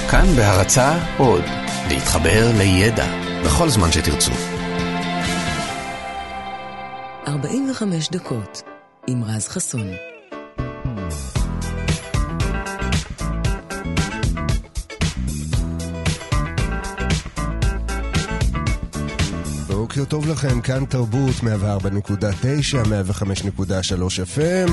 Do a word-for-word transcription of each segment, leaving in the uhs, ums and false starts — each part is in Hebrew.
כאן בהרצאה עוד, להתחבר לידע בכל זמן שתרצו. ארבעים וחמש דקות עם רז חסון. בוקר טוב לכם, כאן תרבות מאה וארבע נקודה תשע, מאה וחמש נקודה שלוש אף אם.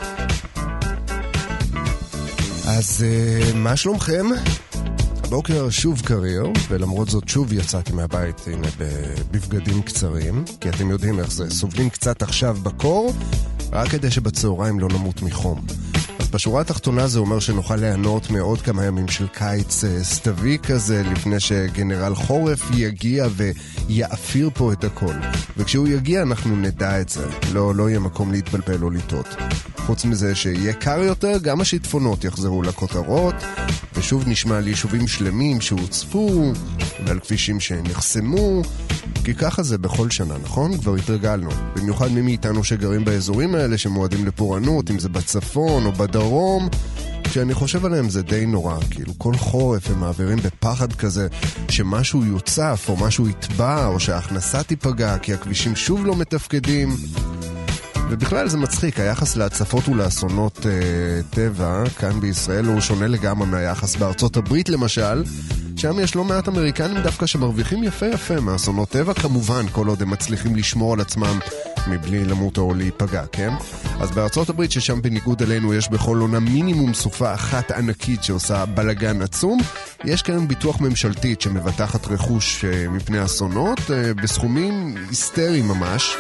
אז מה שלומכם? הבוקר שוב קריר, ולמרות זאת שוב יצאתי מהבית, הנה, בבגדים קצרים, כי אתם יודעים איך זה, סובלים קצת עכשיו בקור, רק כדי שבצהריים לא נמות מחום. אז בשורה התחתונה זה אומר שנוכל ליהנות מעוד כמה ימים של קיץ סתווי כזה, לפני שגנרל חורף יגיע ויאפיר פה את הכל. וכשהוא יגיע אנחנו נדע את זה, לא, לא יהיה מקום להתבלבל או לטעות. חוץ מזה שיהיה קר יותר, גם השיטפונות יחזרו לכותרות, ושוב נשמע על יישובים שלמים שהוצפו, ועל כבישים שנחסמו, כי ככה זה בכל שנה, נכון? כבר התרגלנו. במיוחד מי מאיתנו שגרים באזורים האלה שמועדים לפורענות, אם זה בצפון או בדרום, כשאני חושב עליהם זה די נורא, כאילו כל חורף הם מעבירים בפחד כזה שמשהו יוצף או משהו יטבע או שההכנסה תיפגע כי הכבישים שוב לא מתפקדים. ובכלל זה מצחיק, היחס להצפות ולאסונות אה, טבע כאן בישראל הוא שונה לגמרי מהיחס בארצות הברית למשל, שם יש לא מעט אמריקנים דווקא שמרוויחים יפה יפה מאסונות טבע, כמובן כל עוד הם מצליחים לשמור על עצמם מבלי למות או להיפגע, כן? אז בארצות הברית ששם בניגוד אלינו יש בכל עונה מינימום סופה אחת ענקית שעושה בלגן עצום, יש כאן ביטוח ממשלתית שמבטחת רכוש אה, מפני אסונות אה, בסכומים היסטריים ממש.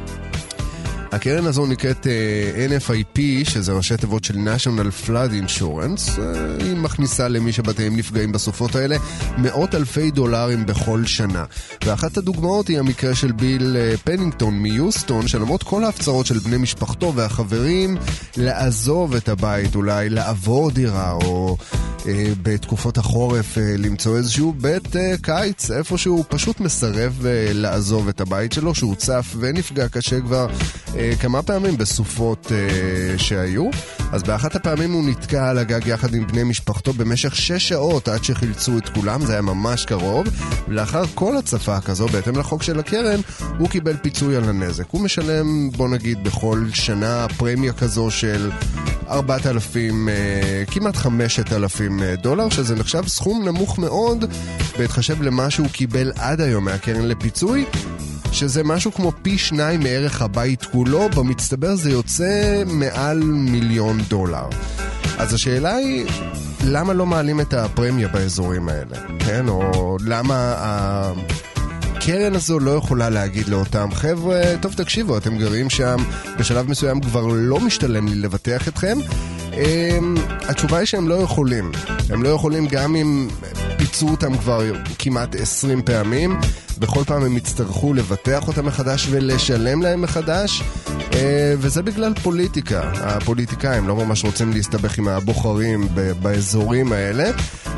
הקרן הזו נקראת אן אף איי פי, שזה ראשי תיבות של National Flood Insurance. היא מכניסה למי שבתיהם נפגעים בסופות האלה מאות אלפי דולרים בכל שנה. ואחת הדוגמאות היא המקרה של ביל פנינגטון מיוסטון, שלמרות כל ההפצרות של בני משפחתו והחברים לעזוב את הבית, אולי לעבור דירה או אה, בתקופות החורף אה, למצוא איזשהו בית אה, קיץ, איפשהו פשוט מסרב אה, לעזוב את הבית שלו, שהוא צף ונפגע קשה כבר כמה פעמים בסופות uh, שהיו. אז באחת הפעמים הוא נתקע על הגג יחד עם בני משפחתו במשך שש שעות עד שחילצו את כולם, זה היה ממש קרוב, ולאחר כל הצפה כזו, בהתאם לחוק של הקרן, הוא קיבל פיצוי על הנזק. הוא משלם, בוא נגיד, בכל שנה פרמיה כזו של ארבעת אלפים, uh, כמעט חמשת אלפים דולר, שזה נחשב סכום נמוך מאוד, בהתחשב למה שהוא קיבל עד היום מהקרן לפיצוי, שזה משהו כמו פי שניים מערך הבית כולו, במצטבר זה יוצא מעל מיליון דולר. אז השאלה היא, למה לא מעלים את הפרמיה באזורים האלה? כן? או למה הקרן הזו לא יכולה להגיד לאותם חבר'ה, טוב תקשיבו, אתם גרים שם, בשלב מסוים כבר לא משתלם לי לבטח אתכם? התשובה היא שהם לא יכולים. הם לא יכולים גם אם פיצו אותם כבר כמעט עשרים פעמים, בכל פעם הם יצטרכו לבטח אותם מחדש ולשלם להם מחדש, וזה בגלל פוליטיקה. הפוליטיקאים לא ממש רוצים להסתבך עם הבוחרים באזורים האלה,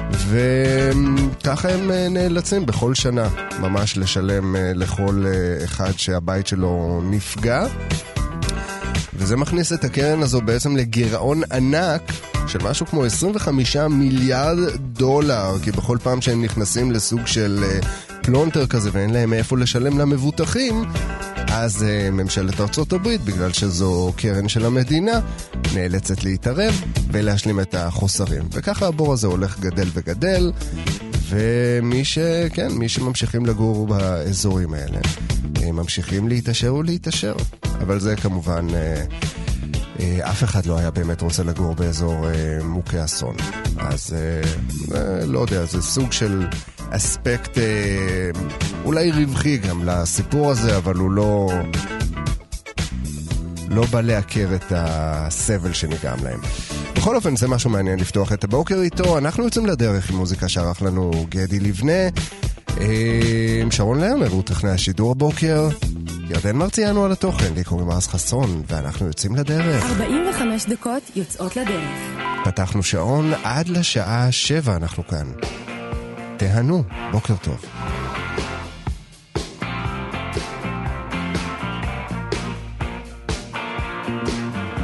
וככה הם נאלצים בכל שנה ממש לשלם לכל אחד שהבית שלו נפגע, וזה מכניס את הקרן הזו בעצם לגירעון ענק של משהו כמו עשרים וחמישה מיליארד דולר, כי בכל פעם שהם נכנסים לסוג של פלונטר כזה ואין להם איפה לשלם למבוטחים, אז ממשלת ארצות הברית, בגלל שזו קרן של המדינה, נאלצת להתערב ולהשלים את החוסרים. וככה הבור הזה הולך גדל וגדל, ומי ש... כן, מי שממשיכים לגור באזורים האלה, הם ממשיכים להתאשר ולהתאשר. אבל זה כמובן, אף אחד לא היה באמת רוצה לגור באזור מוכה אסון. אז לא יודע, זה סוג של אספקט אולי רווחי גם לסיפור הזה, אבל הוא לא לא בא להכיר את הסבל שנגרם להם. בכל אופן זה משהו מעניין לפתוח את הבוקר איתו. אנחנו יוצאים לדרך עם מוזיקה שערך לנו גדי לבנה, שרון לרנר הוא טכנאי השידור הבוקר, ירדן מרציאנו על התוכן, לי קוראים רז חסון, ואנחנו יוצאים לדרך. ארבעים וחמש דקות יוצאות לדרך. פתחנו שעון עד לשעה שבע, אנחנו כאן. תהנו, בוקר טוב.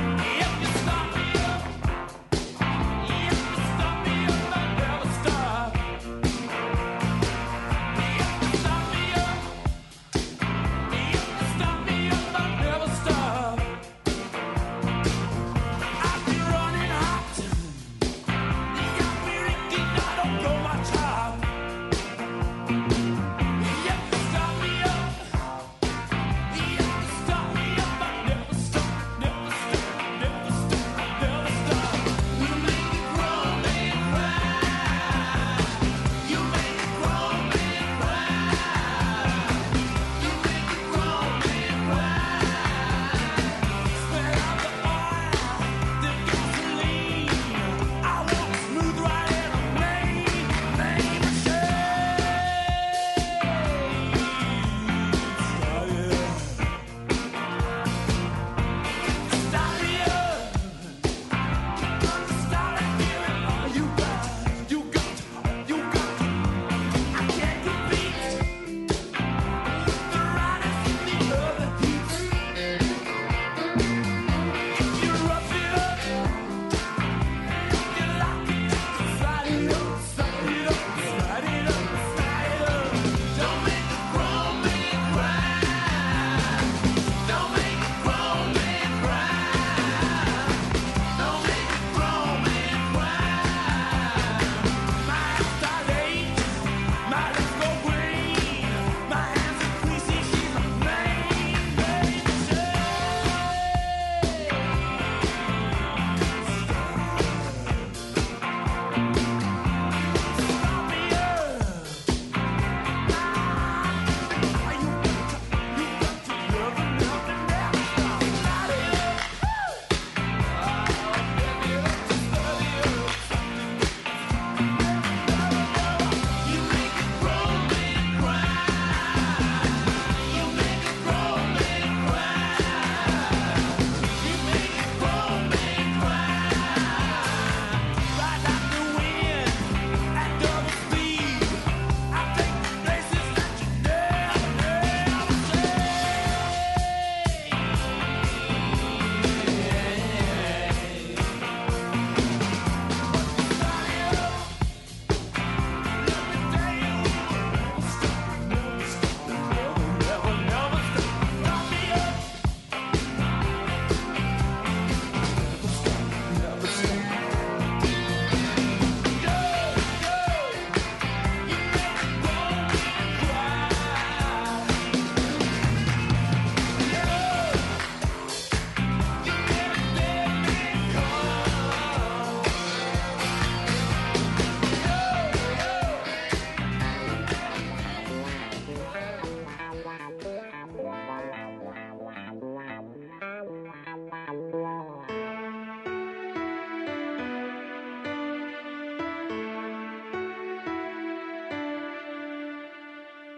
Stop.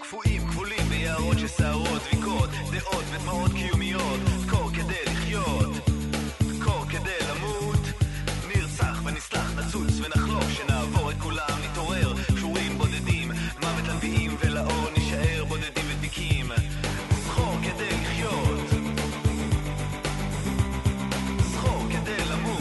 קפואים, כבולים ביערות שסערות, דביקות, דעות ודמעות קיומיות, דקור כדי לחיות, דקור כדי למות, נרצח ונסלח, נצוץ ונחלוף, שנעבור את כולם, נתעורר, קשורים בודדים, מוות לנביאים ולאור נשאר בודדים ודביקים, זכור כדי לחיות, זכור כדי למות.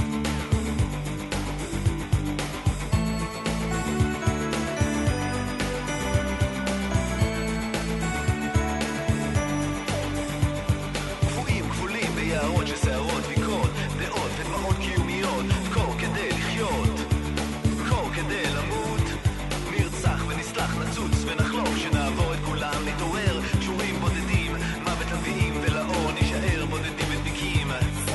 יערות שסערות, דביקות, דעות ודמעות קיומיות, דקור כדי לחיות, דקור כדי למות, נרצח ונסלח, נצוץ ונחלוף, שנעבור את כולם, נתעורר, קשורים בודדים, מוות לנביאים ולאור נשאר בודדים ודביקים.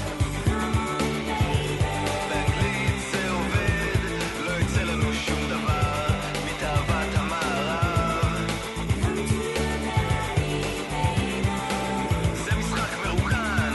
באנגלית זה עובד, לא יצא לנו שום דבר מתאוות המערב, זה משחק מרוקן.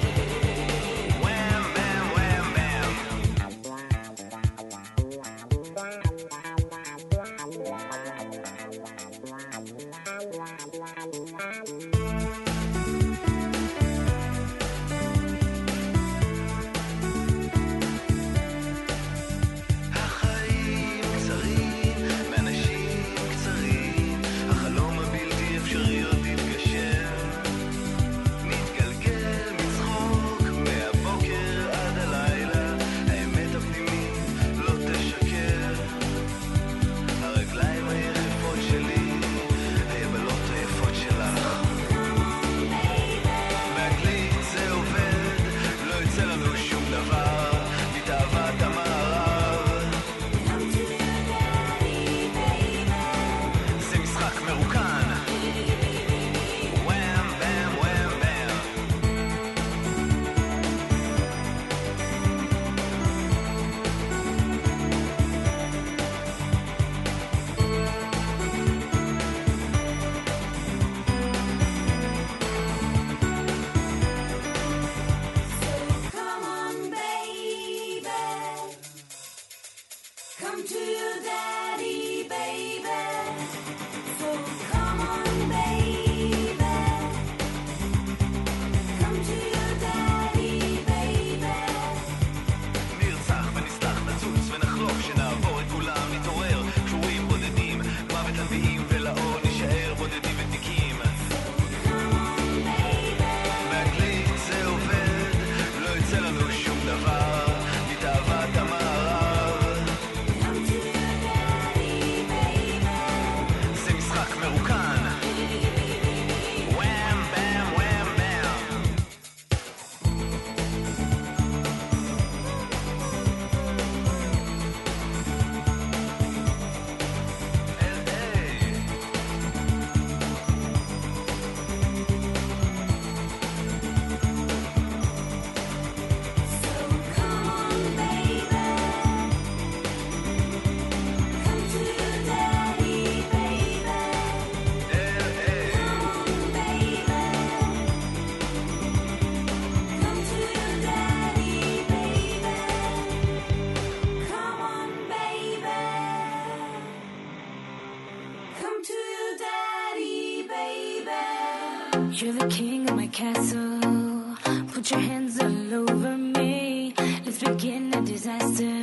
You're the king of my castle. Put your hands all over me. Let's begin a disaster.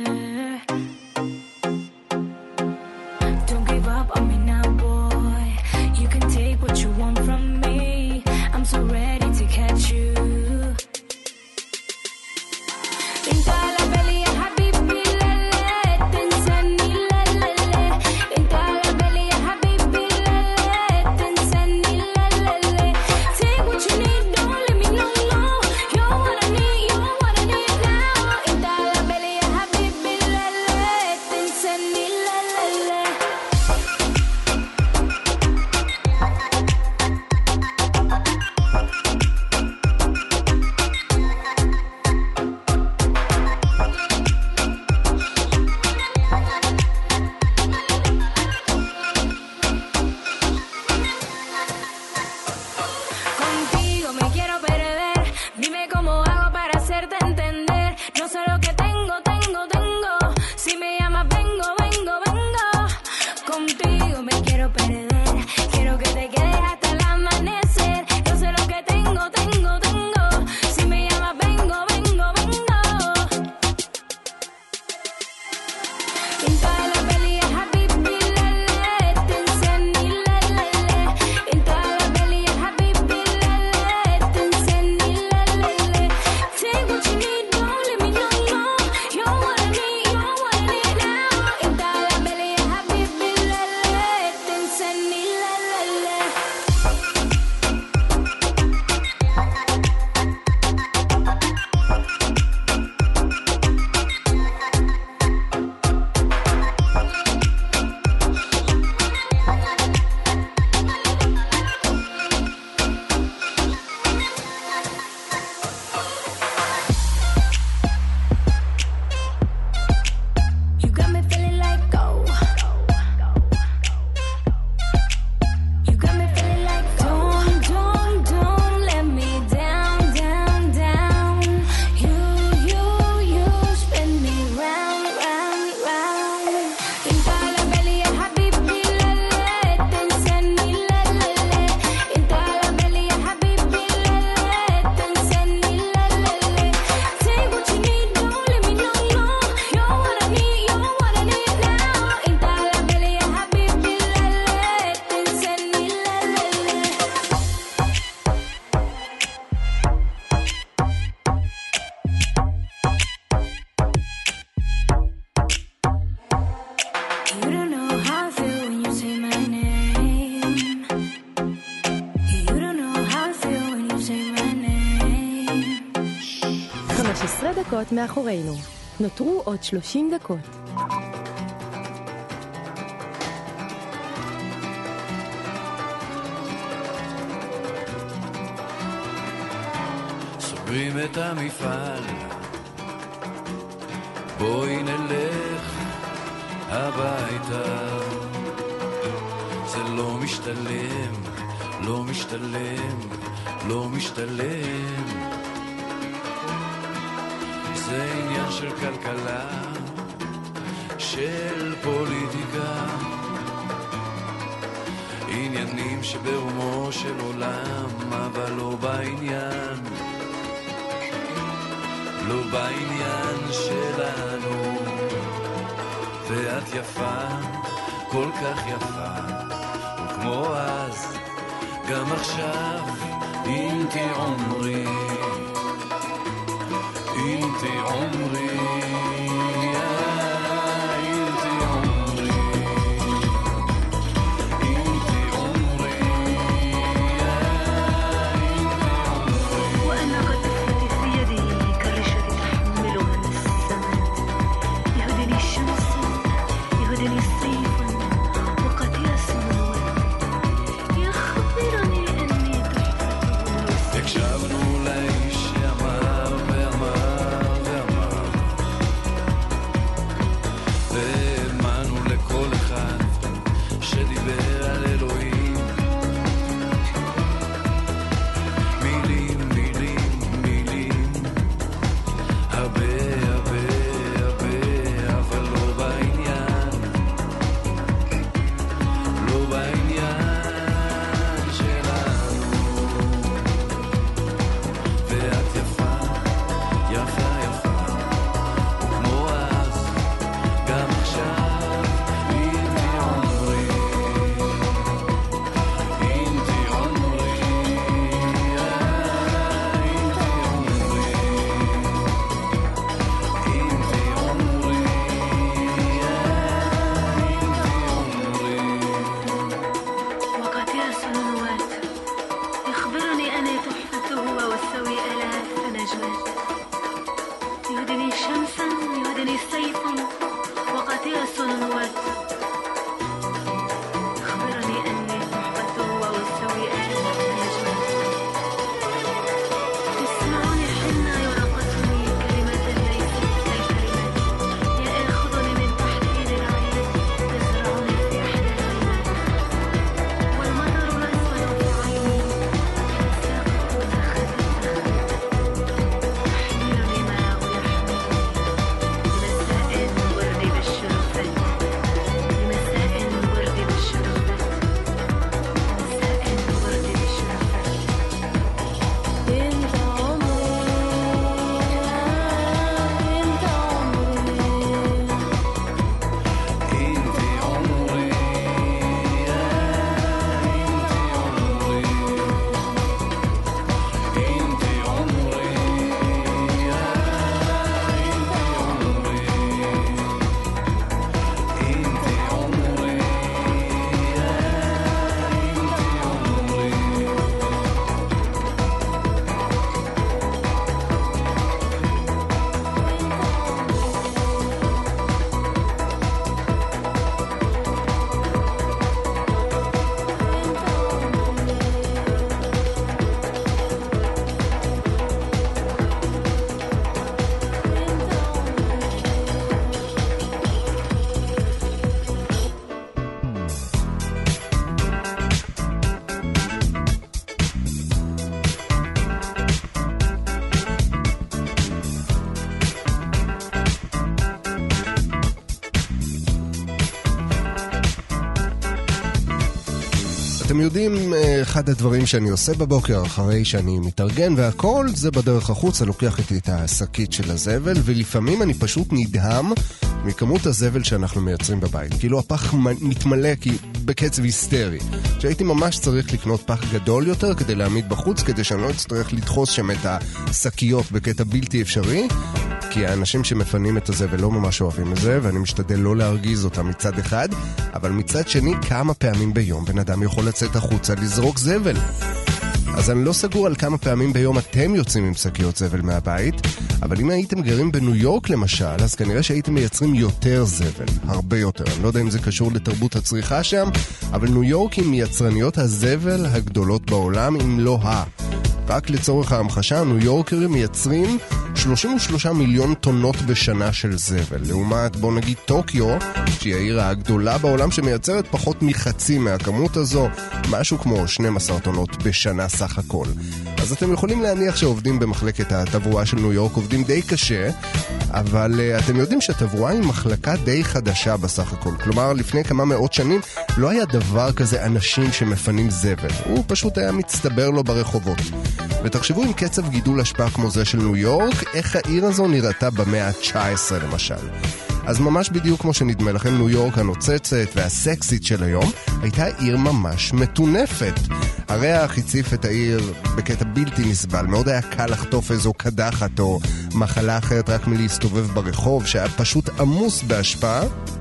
Don't give up on me now, boy. You can take what you want from me. I'm so ready to catch you. Contigo me quiero perder, quiero דקות מאחורינו. נותרו עוד שלושים דקות. סוגרים את המפעל, בואי נלך הביתה. זה לא משתלם, לא משתלם, לא משתלם. זה עניין של כלכלה, של פוליטיקה, עניינים שברומו של עולם, אבל לא בעניין, לא בעניין שלנו. ואת יפה, כל כך יפה, וכמו אז, גם עכשיו, אינתי עומרי, אינתי עומרי, אינתי עומרי, אינתי עומרי, وأنا قد أفلت في يدي كالرشة تحملها السماء. يهدني الشمس يهدني الصيف وقد يسمو يخبرني أني تحفته. הקשבנו לאיש שאמר ואמר ואמר, והאמנו לכל אחד שדיבר על אלוהים. מילים, מילים, מילים, הרבה, הרבה, הרבה, אבל לא בעניין, לא בעניין שלנו. ואת יפה, יפה, יפה, וכמו אז, גם עכשיו, אינתי עומרי, אינתי עומרי, אינתי עומרי, אינתי עומרי, وقد يرسل الوقت يخبرني أني تحفته وأسوي آلاف نجمات. يهدني شمسا يهدني صيفا وقد يرسل الوقت يخبرني أني تحفته وأسوي آلاف نجمات. اسمعوني حين يرقصني كلمة ليست كالكلمات. يأخذني من تحت يد العين تزرعني في أحلى العينات. والمطر الأسود في عيني ساقط زخرفة يحملني معه يحملني لمساء الورد بالشرفات، لمساء الورد بالشرفات، لمساء الورد بالشرفات. انت عمري، انت عمري. אינתי עומרי, אינתי עומרי, אינתי עומרי, אינתי עומרי, אתם יודעים, אחד הדברים שאני עושה בבוקר אחרי שאני מתארגן והכל, זה בדרך החוץ, אני לוקח איתי את השקית של הזבל, ולפעמים אני פשוט נדהם מכמות הזבל שאנחנו מייצרים בבית. כאילו הפח מתמלא בקצב היסטרי. שהייתי ממש צריך לקנות פח גדול יותר כדי להעמיד בחוץ, כדי שאני לא אצטרך לדחוס שם את השקיות בקטע בלתי אפשרי, כי האנשים שמפנים את הזבל לא ממש אוהבים את זה, ואני משתדל לא להרגיז אותם מצד אחד, אבל מצד שני, כמה פעמים ביום בן אדם יכול לצאת החוצה לזרוק זבל. אז אני לא סגור על כמה פעמים ביום אתם יוצאים עם שקיות זבל מהבית, אבל אם הייתם גרים בניו יורק למשל, אז כנראה שהייתם מייצרים יותר זבל, הרבה יותר. אני לא יודע אם זה קשור לתרבות הצריכה שם, אבל ניו יורק היא מייצרניות הזבל הגדולות בעולם, אם לא ה... רק לצורך ההמחשה, ניו יורקרים מייצרים שלושים ושלושה מיליון טונות בשנה של זבל. לעומת, בוא נגיד, טוקיו, שהיא העיר הגדולה בעולם שמייצרת פחות מחצי מהכמות הזו, משהו כמו שתים עשרה טונות בשנה סך הכל. אז אתם יכולים להניח שעובדים במחלקת התברואה של ניו יורק עובדים די קשה, אבל uh, אתם יודעים שהתברואה היא מחלקה די חדשה בסך הכל. כלומר, לפני כמה מאות שנים לא היה דבר כזה אנשים שמפנים זבל. הוא פשוט היה מצטבר לו ברחובות. ותחשבו עם קצב גידול השפעה כמו זה של ניו יורק, איך העיר הזו נראתה במאה ה-תשע עשרה למשל. אז ממש בדיוק כמו שנדמה לכם, ניו יורק הנוצצת והסקסית של היום הייתה עיר ממש מטונפת. הריח הציף את העיר בקטע בלתי נסבל, מאוד היה קל לחטוף איזו קדחת או מחלה אחרת רק מלהסתובב ברחוב שהיה פשוט עמוס בהשפעה.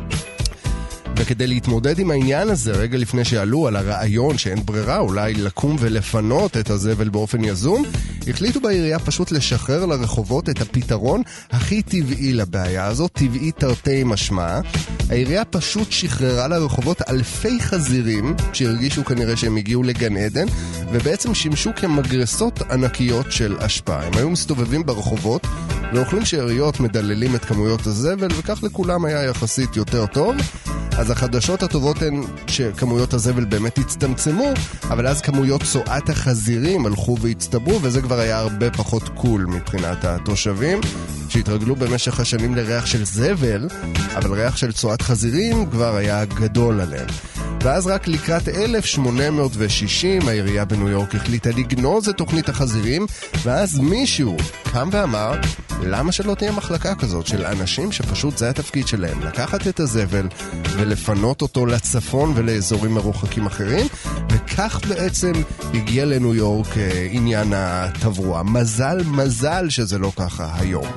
וכדי להתמודד עם העניין הזה, רגע לפני שעלו על הרעיון שאין ברירה, אולי לקום ולפנות את הזבל באופן יזום, החליטו בעירייה פשוט לשחרר לרחובות את הפתרון הכי טבעי לבעיה הזאת, טבעי תרתי משמע. העירייה פשוט שחררה לרחובות אלפי חזירים, שהרגישו כנראה שהם הגיעו לגן עדן, ובעצם שימשו כמגרסות ענקיות של השפעה. הם היו מסתובבים ברחובות, ואוכלים שאריות מדללים את כמויות הזבל, וכך לכולם היה יחסית יותר טוב. אז החדשות הטובות הן שכמויות הזבל באמת הצטמצמו, אבל אז כמויות צואת החזירים הלכו והצטברו, וזה כבר היה הרבה פחות קול מבחינת התושבים, שהתרגלו במשך השנים לריח של זבל, אבל ריח של צואת חזירים כבר היה גדול עליהם. ואז רק לקראת אלף שמונה מאות ושישים העירייה בניו יורק החליטה לגנוז את תוכנית החזירים, ואז מישהו קם ואמר, למה שלא תהיה מחלקה כזאת של אנשים שפשוט זה התפקיד שלהם, לקחת את הזבל ולפנות אותו לצפון ולאזורים מרוחקים אחרים, וכך בעצם הגיע לניו יורק עניין התברואה. מזל, מזל שזה לא ככה היום.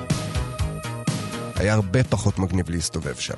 היה הרבה פחות מגניב להסתובב שם.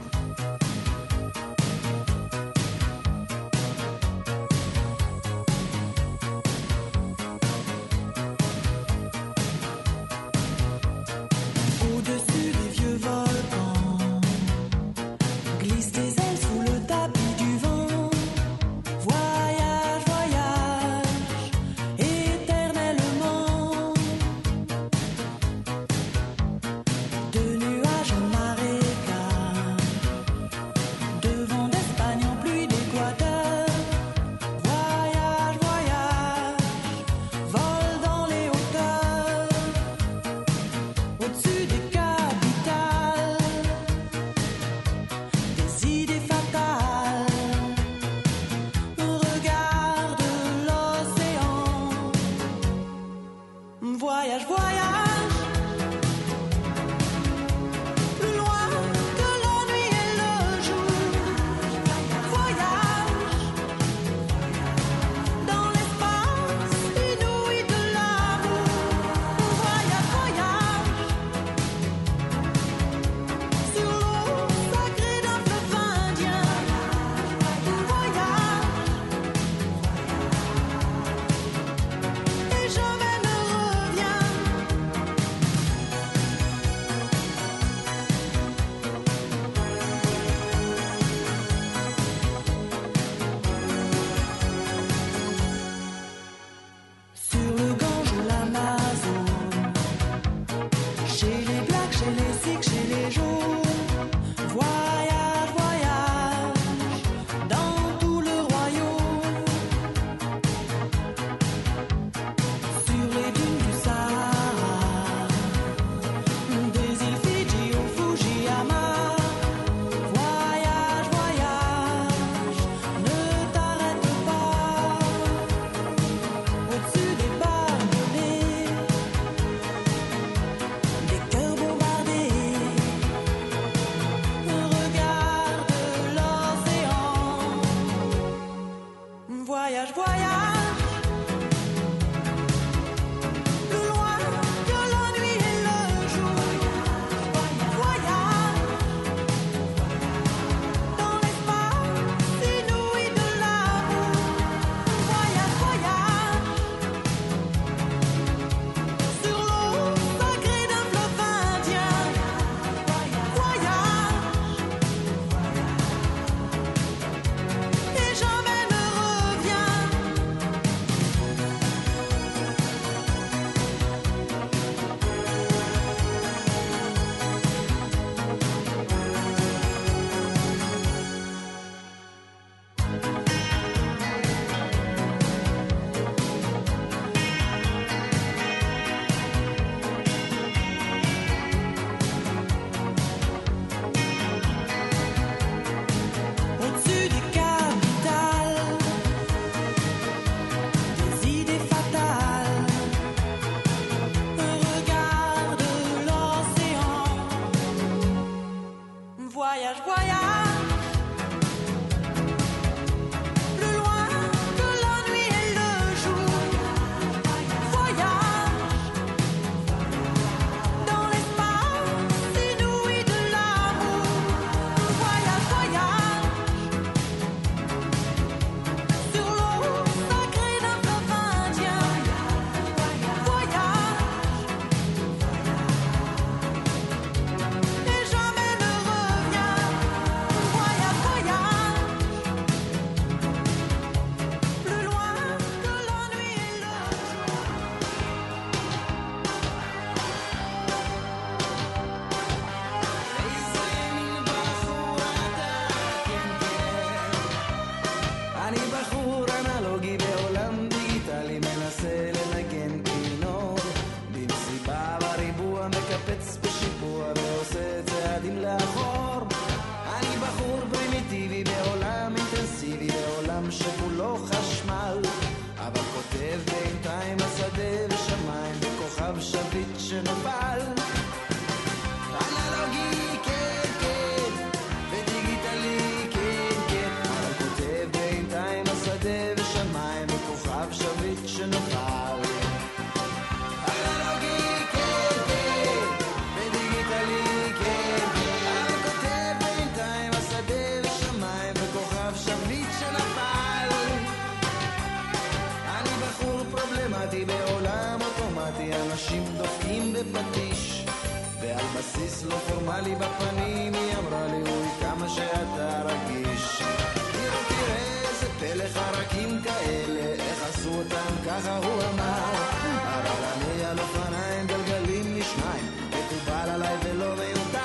בסיס לא פורמלי בפנים, היא אמרה לי אוי כמה שאתה רגיש. תראה תראה איזה פלא חרקים כאלה, איך עשו אותם ככה הוא אמר. אבל אני על אופניים גלגלים לשניים, מקובל עליי ולא מיותר.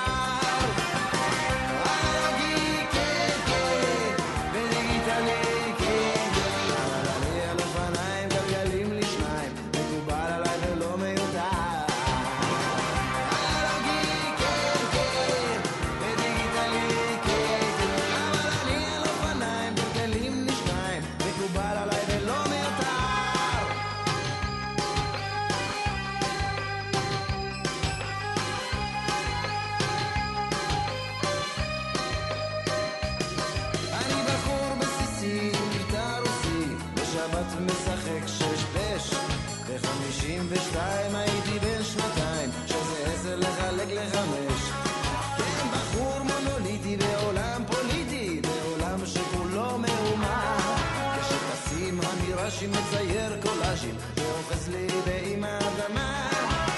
משחק שש דש וחמישים ושתיים, הייתי בן שנתיים, שזה עשר לחלק לחמש. כן, בחור מונוליטי בעולם פוליטי, בעולם שכולו מהומה. כשטסים המירשים מצייר קולאז'ים ואוחז לי באם האדמה.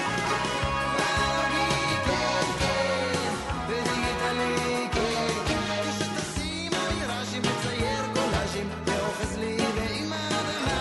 כשטסים המירשים מצייר קולאז'ים ואוחז לי באם האדמה.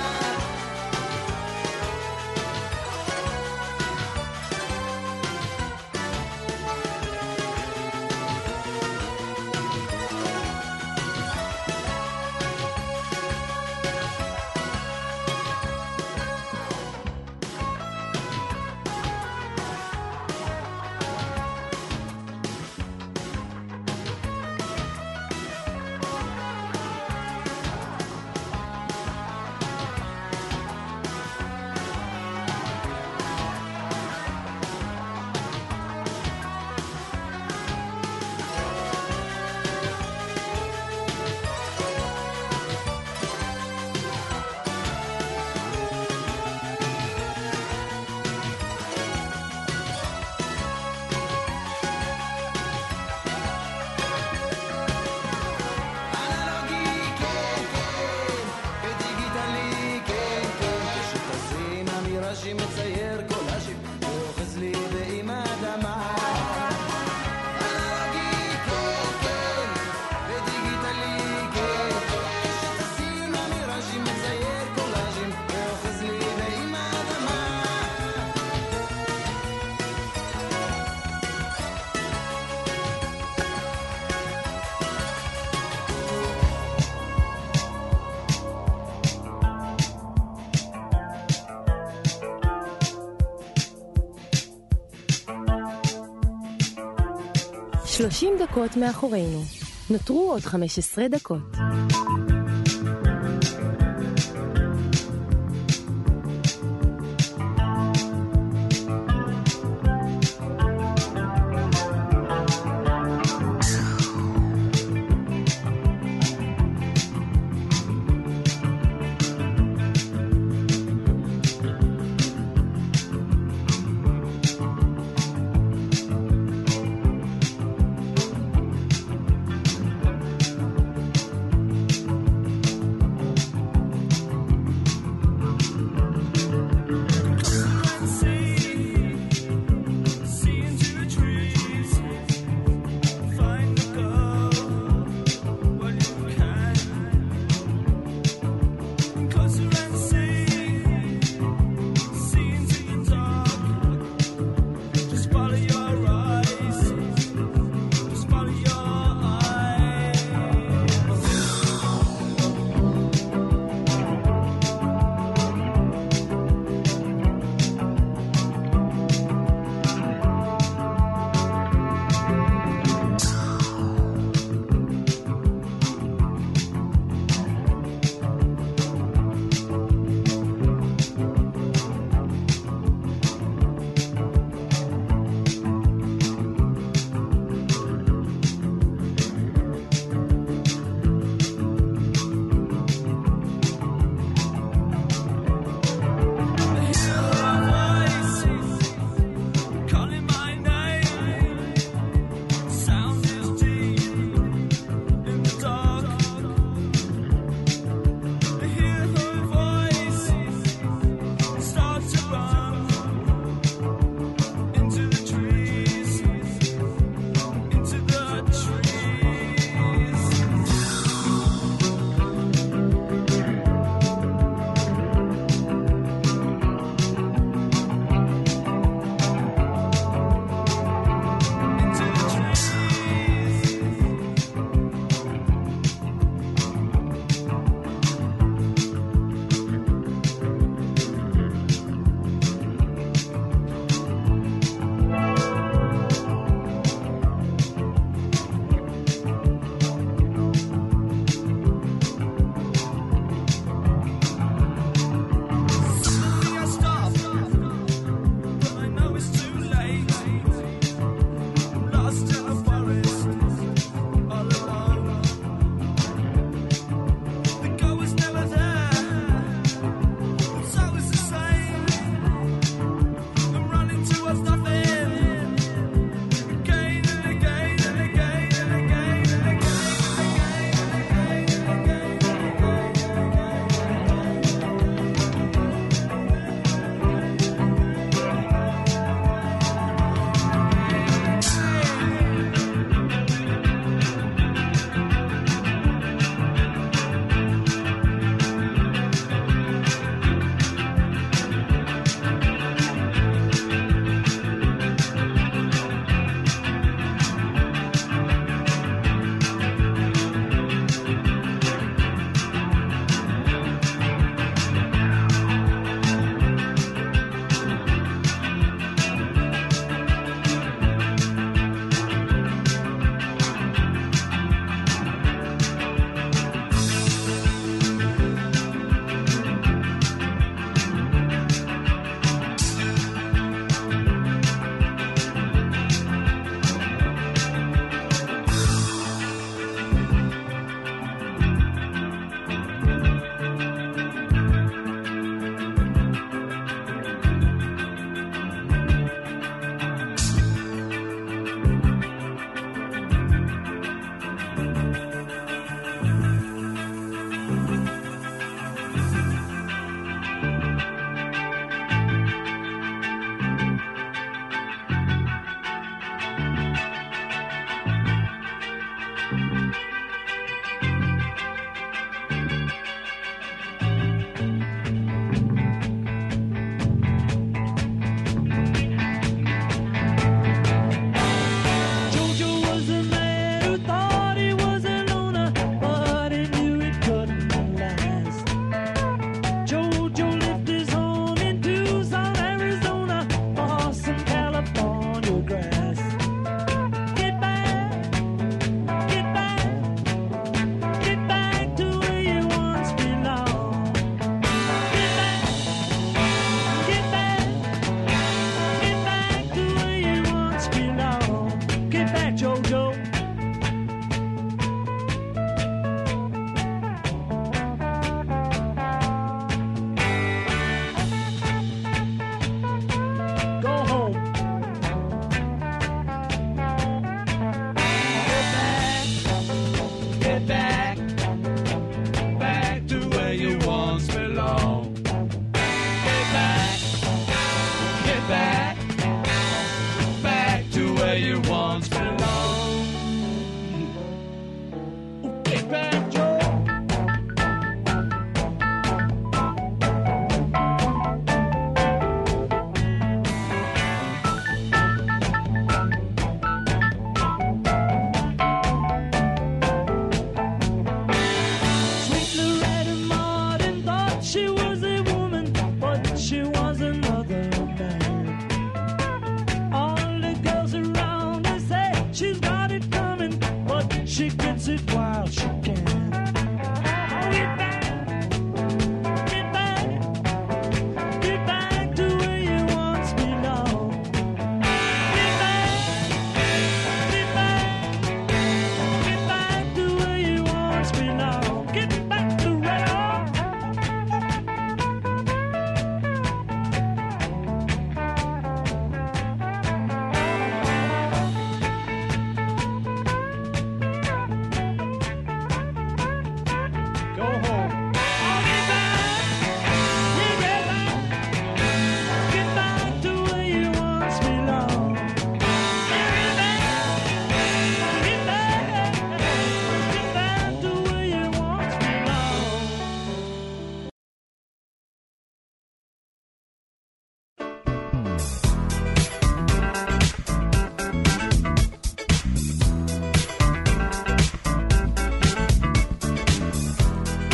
שלושים דקות מאחורינו. נותרו עוד חמש עשרה דקות.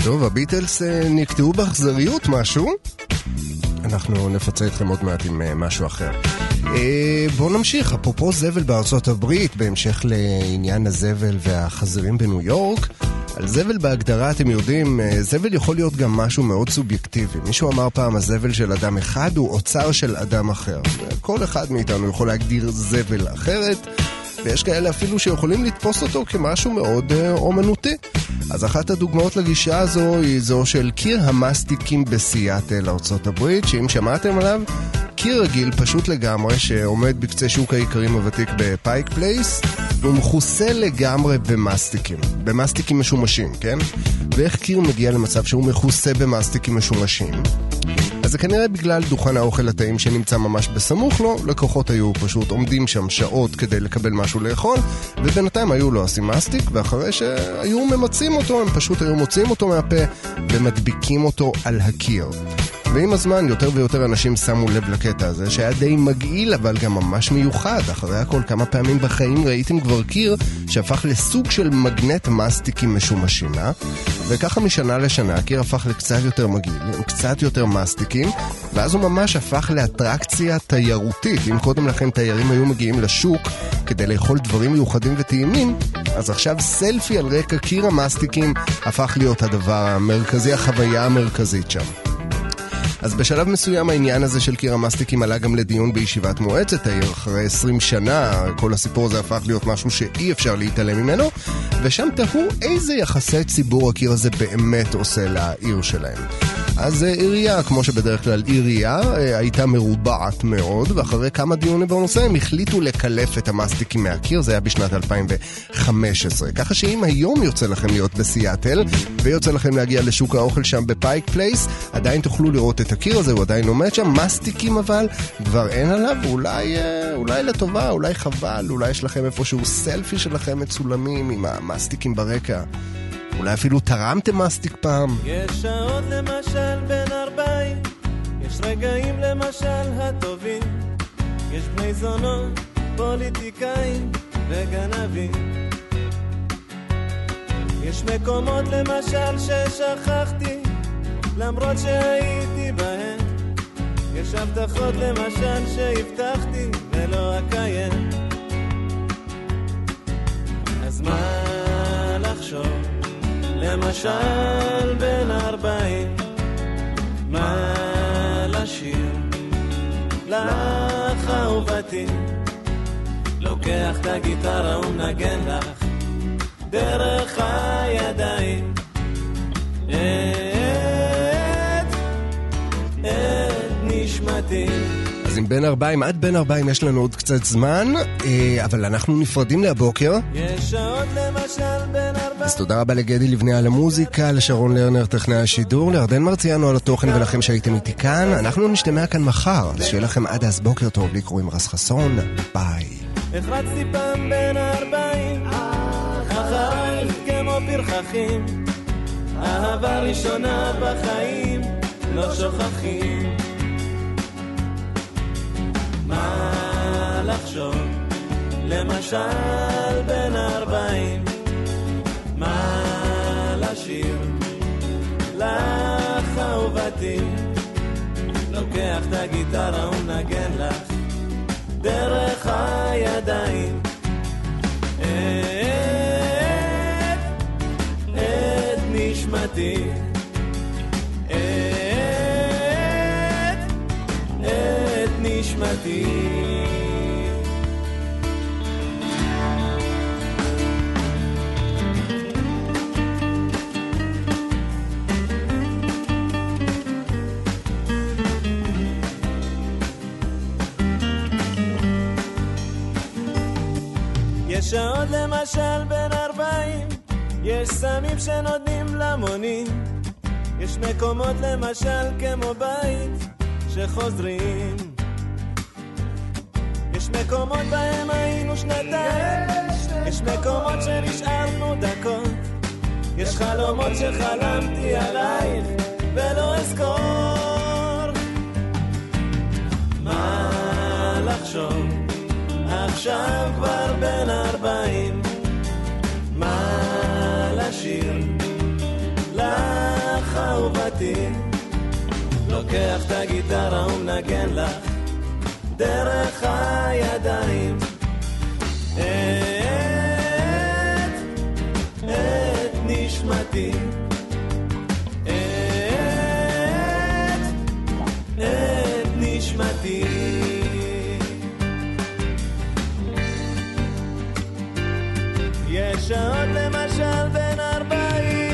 טוב, הביטלס נקטעו באכזריות משהו. אנחנו נפצה אתכם עוד מעט עם משהו אחר. בואו נמשיך. אפרופו זבל בארצות הברית, בהמשך לעניין הזבל והחזירים בניו יורק, על זבל בהגדרה אתם יודעים, זבל יכול להיות גם משהו מאוד סובייקטיבי. מישהו אמר פעם, הזבל של אדם אחד הוא אוצר של אדם אחר. כל אחד מאיתנו יכול להגדיר זבל אחרת, ויש כאלה אפילו שיכולים לתפוס אותו כמשהו מאוד אה, אומנותי. אז אחת הדוגמאות לגישה הזו היא זו של קיר המסטיקים בסיאטל, ארצות הברית, שאם שמעתם עליו, קיר רגיל פשוט לגמרי שעומד בקצה שוק האיכרים הוותיק בפייק פלייס, והוא מכוסה לגמרי במסטיקים, במסטיקים משומשים, כן? ואיך קיר מגיע למצב שהוא מכוסה במסטיקים משומשים? אז זה כנראה בגלל דוכן האוכל הטעים שנמצא ממש בסמוך לו, לקוחות היו פשוט עומדים שם שעות כדי לקבל משהו לאכול, ובינתיים היו לא עושים מסטיק, ואחרי שהיו ממצים אותו, הם פשוט היו מוצאים אותו מהפה ומדביקים אותו על הקיר. ועם הזמן יותר ויותר אנשים שמו לב לקטע הזה, שהיה די מגעיל אבל גם ממש מיוחד. אחרי הכל, כמה פעמים בחיים ראיתם כבר קיר שהפך לסוג של מגנט מסטיקים משומשים, אה? וככה משנה לשנה הקיר הפך לקצת יותר מגעיל, עם קצת יותר מסטיקים, ואז הוא ממש הפך לאטרקציה תיירותית. אם קודם לכן תיירים היו מגיעים לשוק כדי לאכול דברים מיוחדים וטעימים, אז עכשיו סלפי על רקע קיר המסטיקים הפך להיות הדבר המרכזי, החוויה המרכזית שם. אז בשלב מסוים העניין הזה של קיר המסטיקים עלה גם לדיון בישיבת מועצת העיר. אחרי עשרים שנה כל הסיפור הזה הפך להיות משהו שאי אפשר להתעלם ממנו, ושם תהו איזה יחסי ציבור הקיר הזה באמת עושה לעיר שלהם. אז עירייה, כמו שבדרך כלל עירייה, הייתה מרובעת מאוד, ואחרי כמה דיונים בנושא הם החליטו לקלף את המסטיקים מהקיר. זה היה בשנת אלפיים וחמש עשרה. ככה שאם היום יוצא לכם להיות בסיאטל, ויוצא לכם להגיע לשוק האוכל שם בפייק פלייס, עדיין תוכלו לראות את הקיר הזה, הוא עדיין עומד שם. מסטיקים אבל כבר אין עליו, אולי, אולי לטובה, אולי חבל, אולי יש לכם איפשהו סלפי שלכם מצולמים עם המסטיקים ברקע. אולי אפילו תרמתם מסטיק פעם. יש שעות למשל בין ארבעים, יש רגעים למשל הטובים, יש בני זונות, פוליטיקאים וגנבים. יש מקומות למשל ששכחתי, למרות שהייתי בהם. יש הבטחות למשל שהבטחתי ולא אקיים. אז מה לחשוב? למשל בין ארבעים, מה לשיר לך אהובתי, לוקח את הגיטרה ומנגן לך דרך הידיים את, את נשמתי. אז עם בין ארבעים עד בין ארבעים יש לנו עוד קצת זמן, אבל אנחנו נפרדים להבוקר. יש שעות למשל בין ארבעים. אז תודה רבה לגדי לבני על המוזיקה, לשרון לרנר טכנאי השידור, לירדן מרציאנו על התוכן ולכם שהייתם איתי כאן. אנחנו נשתמע כאן מחר, אז שיהיה לכם עד אז בוקר טוב. לי קוראים רז חסון, ביי. החרצתי פעם בין ארבעים, אחרייך כמו פרחחים, אהבה ראשונה בחיים לא שוכחים. מה לחשוב? למשל בין ארבעים, מה לשיר לך אהובתי, לוקח את הגיטרה ומנגן לך דרך הידיים את, את נשמתי, את, את נשמתי. יש שעות למשל בין ארבעים, יש סמים שנותנים למונים, יש מקומות למשל כמו בית שחוזרים, יש מקומות בהם היינו שנתיים, יש מקומות שנשארנו דקות, יש חלומות שחלמתי עלייך ולא אזכור. מה לחשוב? עכשיו כבר בין ארבעים, מה לשיר לך אהובתי, לוקח את הגיטרה ומנגן לך דרך הידיים את, את נשמתי, את, את נשמתי. יש שעות למשל בין ארבעים,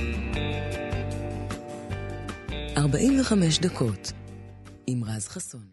ארבעים וחמש דקות עם רז חסון.